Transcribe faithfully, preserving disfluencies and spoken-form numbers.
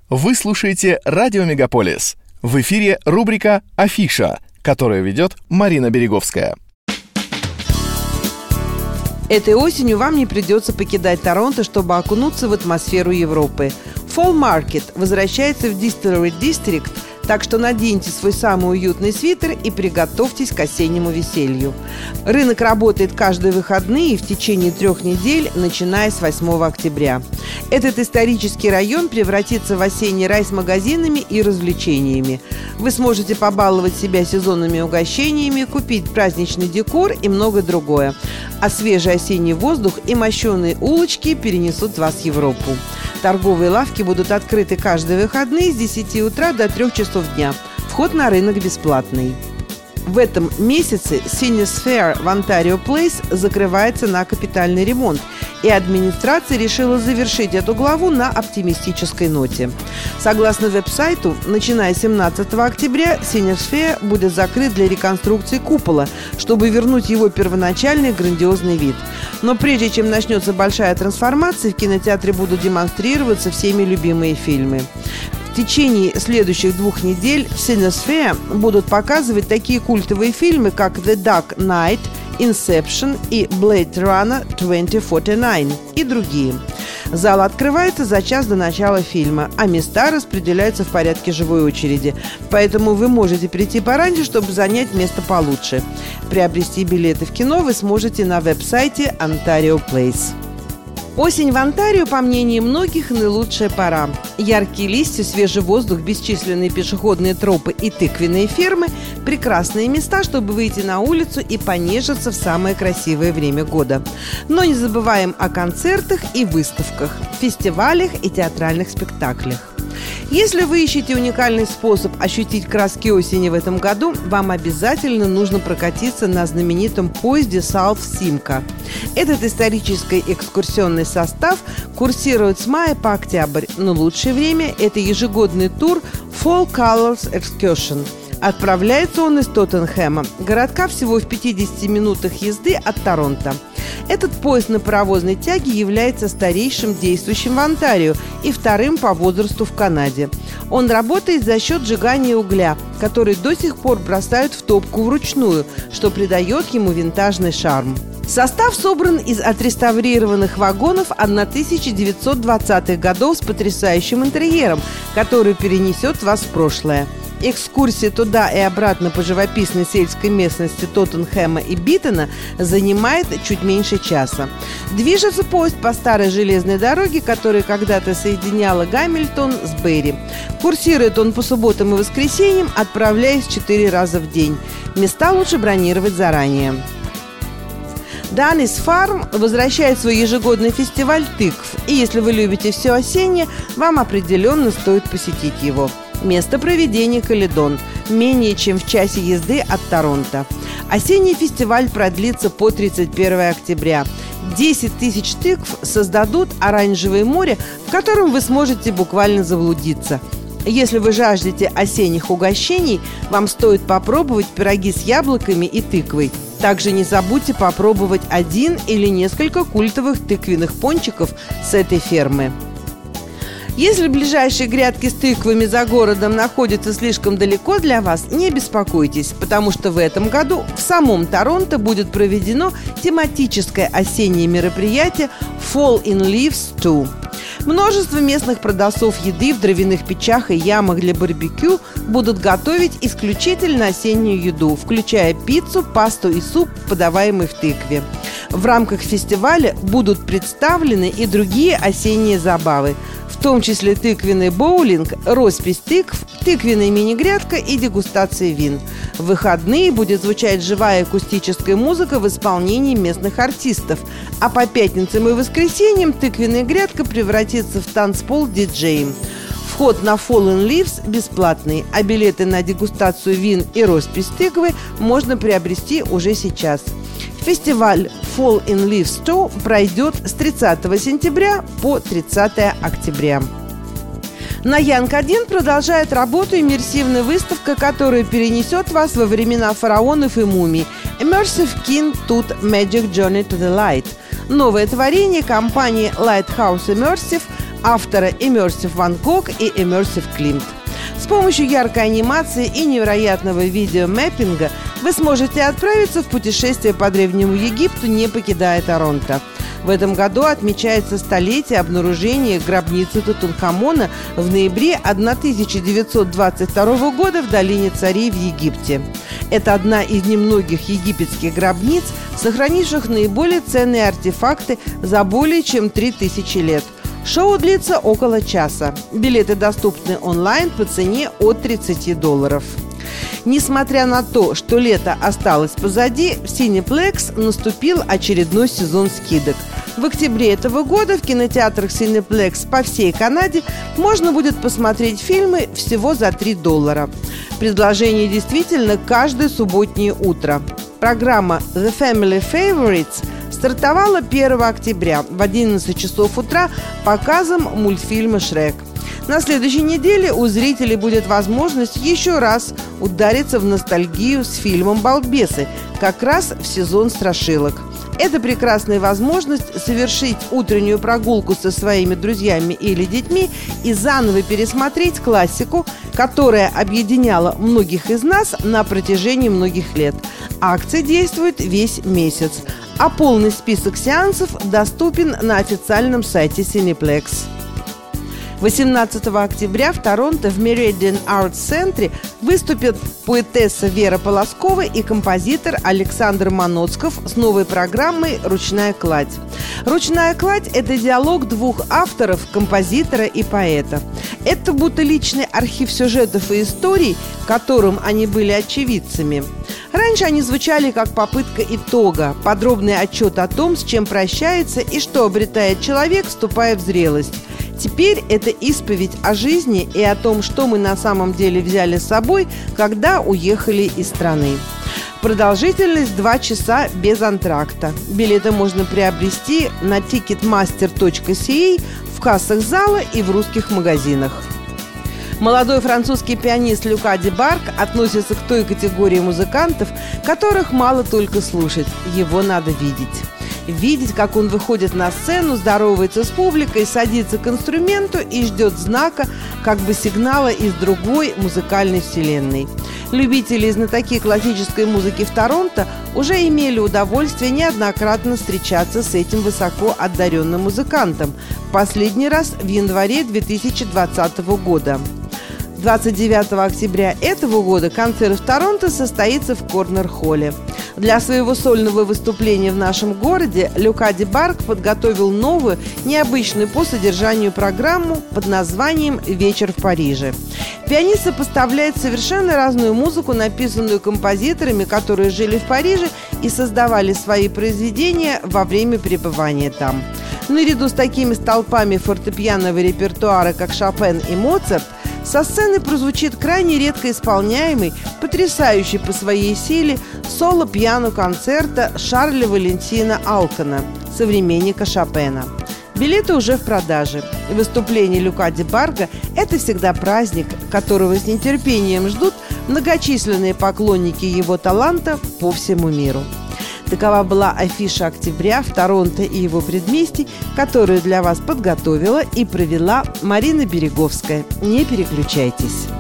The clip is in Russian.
Вы слушаете «Радио Мегаполис». В эфире рубрика «Афиша», которую ведет Марина Береговская. Этой осенью вам не придется покидать Торонто, чтобы окунуться в атмосферу Европы. Fall Market возвращается в Distillery District, так что наденьте свой самый уютный свитер и приготовьтесь к осеннему веселью. Рынок работает каждые выходные и в течение трех недель, начиная с восьмого октября. Этот исторический район превратится в осенний рай с магазинами и развлечениями. Вы сможете побаловать себя сезонными угощениями, купить праздничный декор и многое другое. А свежий осенний воздух и мощеные улочки перенесут вас в Европу. Торговые лавки будут открыты каждые выходные с десяти утра до трёх часов дня. Вход на рынок бесплатный. В этом месяце Seniors Fair в Ontario Place закрывается на капитальный ремонт, и администрация решила завершить эту главу на оптимистической ноте. Согласно веб-сайту, начиная с семнадцатого октября Seniors Fair будет закрыт для реконструкции купола, чтобы вернуть его первоначальный грандиозный вид. Но прежде чем начнется большая трансформация, в кинотеатре будут демонстрироваться всеми любимые фильмы. В течение следующих двух недель в Seniors Fair будут показывать такие культовые фильмы, как «The Dark Knight», «Inception» и «Blade Runner двадцать сорок девять» и другие. Зал открывается за час до начала фильма, а места распределяются в порядке живой очереди. Поэтому вы можете прийти пораньше, чтобы занять место получше. Приобрести билеты в кино вы сможете на веб-сайте Ontario Place. Осень в Онтарио, по мнению многих, наилучшая пора. Яркие листья, свежий воздух, бесчисленные пешеходные тропы и тыквенные фермы – прекрасные места, чтобы выйти на улицу и понежиться в самое красивое время года. Но не забываем о концертах и выставках, фестивалях и театральных спектаклях. Если вы ищете уникальный способ ощутить краски осени в этом году, вам обязательно нужно прокатиться на знаменитом поезде South Simcoe. Этот исторический экскурсионный состав курсирует с мая по октябрь, но лучшее время – это ежегодный тур Fall Colors Excursion. Отправляется он из Тоттенхэма, городка всего в пятидесяти минутах езды от Торонто. Этот поезд на паровозной тяге является старейшим действующим в Онтарио и вторым по возрасту в Канаде. Он работает за счет сжигания угля, который до сих пор бросают в топку вручную, что придает ему винтажный шарм. Состав собран из отреставрированных вагонов тысяча девятьсот двадцатых годов с потрясающим интерьером, который перенесет вас в прошлое. Экскурсия туда и обратно по живописной сельской местности Тоттенхэма и Биттона занимает чуть меньше часа. Движется поезд по старой железной дороге, которая когда-то соединяла Гамильтон с Берри. Курсирует он по субботам и воскресеньям, отправляясь четыре раза в день. Места лучше бронировать заранее. Данис Фарм возвращает свой ежегодный фестиваль тыкв, и если вы любите все осеннее, вам определенно стоит посетить его. Место проведения Каледон, менее чем в часе езды от Торонто. Осенний фестиваль продлится по тридцать первого октября. десять тысяч тыкв создадут оранжевое море, в котором вы сможете буквально заблудиться. Если вы жаждете осенних угощений, вам стоит попробовать пироги с яблоками и тыквой. Также не забудьте попробовать один или несколько культовых тыквенных пончиков с этой фермы. Если ближайшие грядки с тыквами за городом находятся слишком далеко для вас, не беспокойтесь, потому что в этом году в самом Торонто будет проведено тематическое осеннее мероприятие Fall in Leaves два. Множество местных продавцов еды в дровяных печах и ямах для барбекю будут готовить исключительно осеннюю еду, включая пиццу, пасту и суп, подаваемый в тыкве. В рамках фестиваля будут представлены и другие осенние забавы, в том числе тыквенный боулинг, роспись тыкв, тыквенная мини-грядка и дегустация вин. В выходные будет звучать живая акустическая музыка в исполнении местных артистов, а по пятницам и воскресеньям тыквенная грядка превратится в танцпол диджеем. Вход на Fall in Leaves бесплатный, а билеты на дегустацию вин и роспись тыквы можно приобрести уже сейчас. Фестиваль Fall in Leaves два пройдет с тридцатого сентября по тридцатого октября. На Янг один продолжает работу иммерсивная выставка, которая перенесет вас во времена фараонов и мумий. Immersive King Tut Magic Journey to the Light. Новое творение компании Lighthouse Immersive автора Immersive Ван Гог и Immersive Klimt. С помощью яркой анимации и невероятного видеомэппинга вы сможете отправиться в путешествие по Древнему Египту, не покидая Торонто. В этом году отмечается столетие обнаружения гробницы Тутанхамона в ноябре тысяча девятьсот двадцать второго года в долине Царей в Египте. Это одна из немногих египетских гробниц, сохранивших наиболее ценные артефакты за более чем три тысячи лет. Шоу длится около часа. Билеты доступны онлайн по цене от тридцати долларов. Несмотря на то, что лето осталось позади, в Cineplex наступил очередной сезон скидок. В октябре этого года в кинотеатрах Cineplex по всей Канаде можно будет посмотреть фильмы всего за три доллара. Предложение действительно каждое субботнее утро. Программа The Family Favorites стартовала первого октября в одиннадцать часов утра показом мультфильма «Шрек». На следующей неделе у зрителей будет возможность еще раз удариться в ностальгию с фильмом «Балбесы», как раз в сезон страшилок. Это прекрасная возможность совершить утреннюю прогулку со своими друзьями или детьми и заново пересмотреть классику, которая объединяла многих из нас на протяжении многих лет. Акция действует весь месяц, а полный список сеансов доступен на официальном сайте Cineplex. восемнадцатого октября в Торонто в Meridian Arts Centre выступят поэтесса Вера Полоскова и композитор Александр Маноцков с новой программой «Ручная кладь». «Ручная кладь» – это диалог двух авторов, композитора и поэта. Это будто личный архив сюжетов и историй, которым они были очевидцами. Раньше они звучали как попытка итога, подробный отчет о том, с чем прощается и что обретает человек, вступая в зрелость. Теперь это исповедь о жизни и о том, что мы на самом деле взяли с собой, когда уехали из страны. Продолжительность два часа без антракта. Билеты можно приобрести на тикетмастер точка си эй, в кассах зала и в русских магазинах. Молодой французский пианист Люка Дебарк относится к той категории музыкантов, которых мало только слушать, его надо видеть. Видеть, как он выходит на сцену, здоровается с публикой, садится к инструменту и ждет знака, как бы сигнала из другой музыкальной вселенной. Любители и знатоки классической музыки в Торонто уже имели удовольствие неоднократно встречаться с этим высоко одаренным музыкантом. Последний раз в январе две тысячи двадцатого года. двадцать девятого октября этого года концерт в Торонто состоится в Корнер-холле. Для своего сольного выступления в нашем городе Люка Дебарк подготовил новую, необычную по содержанию программу под названием «Вечер в Париже». Пианист сопоставляет совершенно разную музыку, написанную композиторами, которые жили в Париже и создавали свои произведения во время пребывания там. Наряду с такими столпами фортепианного репертуара, как Шопен и Моцарт, со сцены прозвучит крайне редко исполняемый, потрясающий по своей силе соло-пиано-концерта Шарля Валентина Алкана, современника Шопена. Билеты уже в продаже. Выступление Люка Дебарка – это всегда праздник, которого с нетерпением ждут многочисленные поклонники его таланта по всему миру. Такова была афиша октября в Торонто и его предместий, которую для вас подготовила и провела Марина Береговская. Не переключайтесь.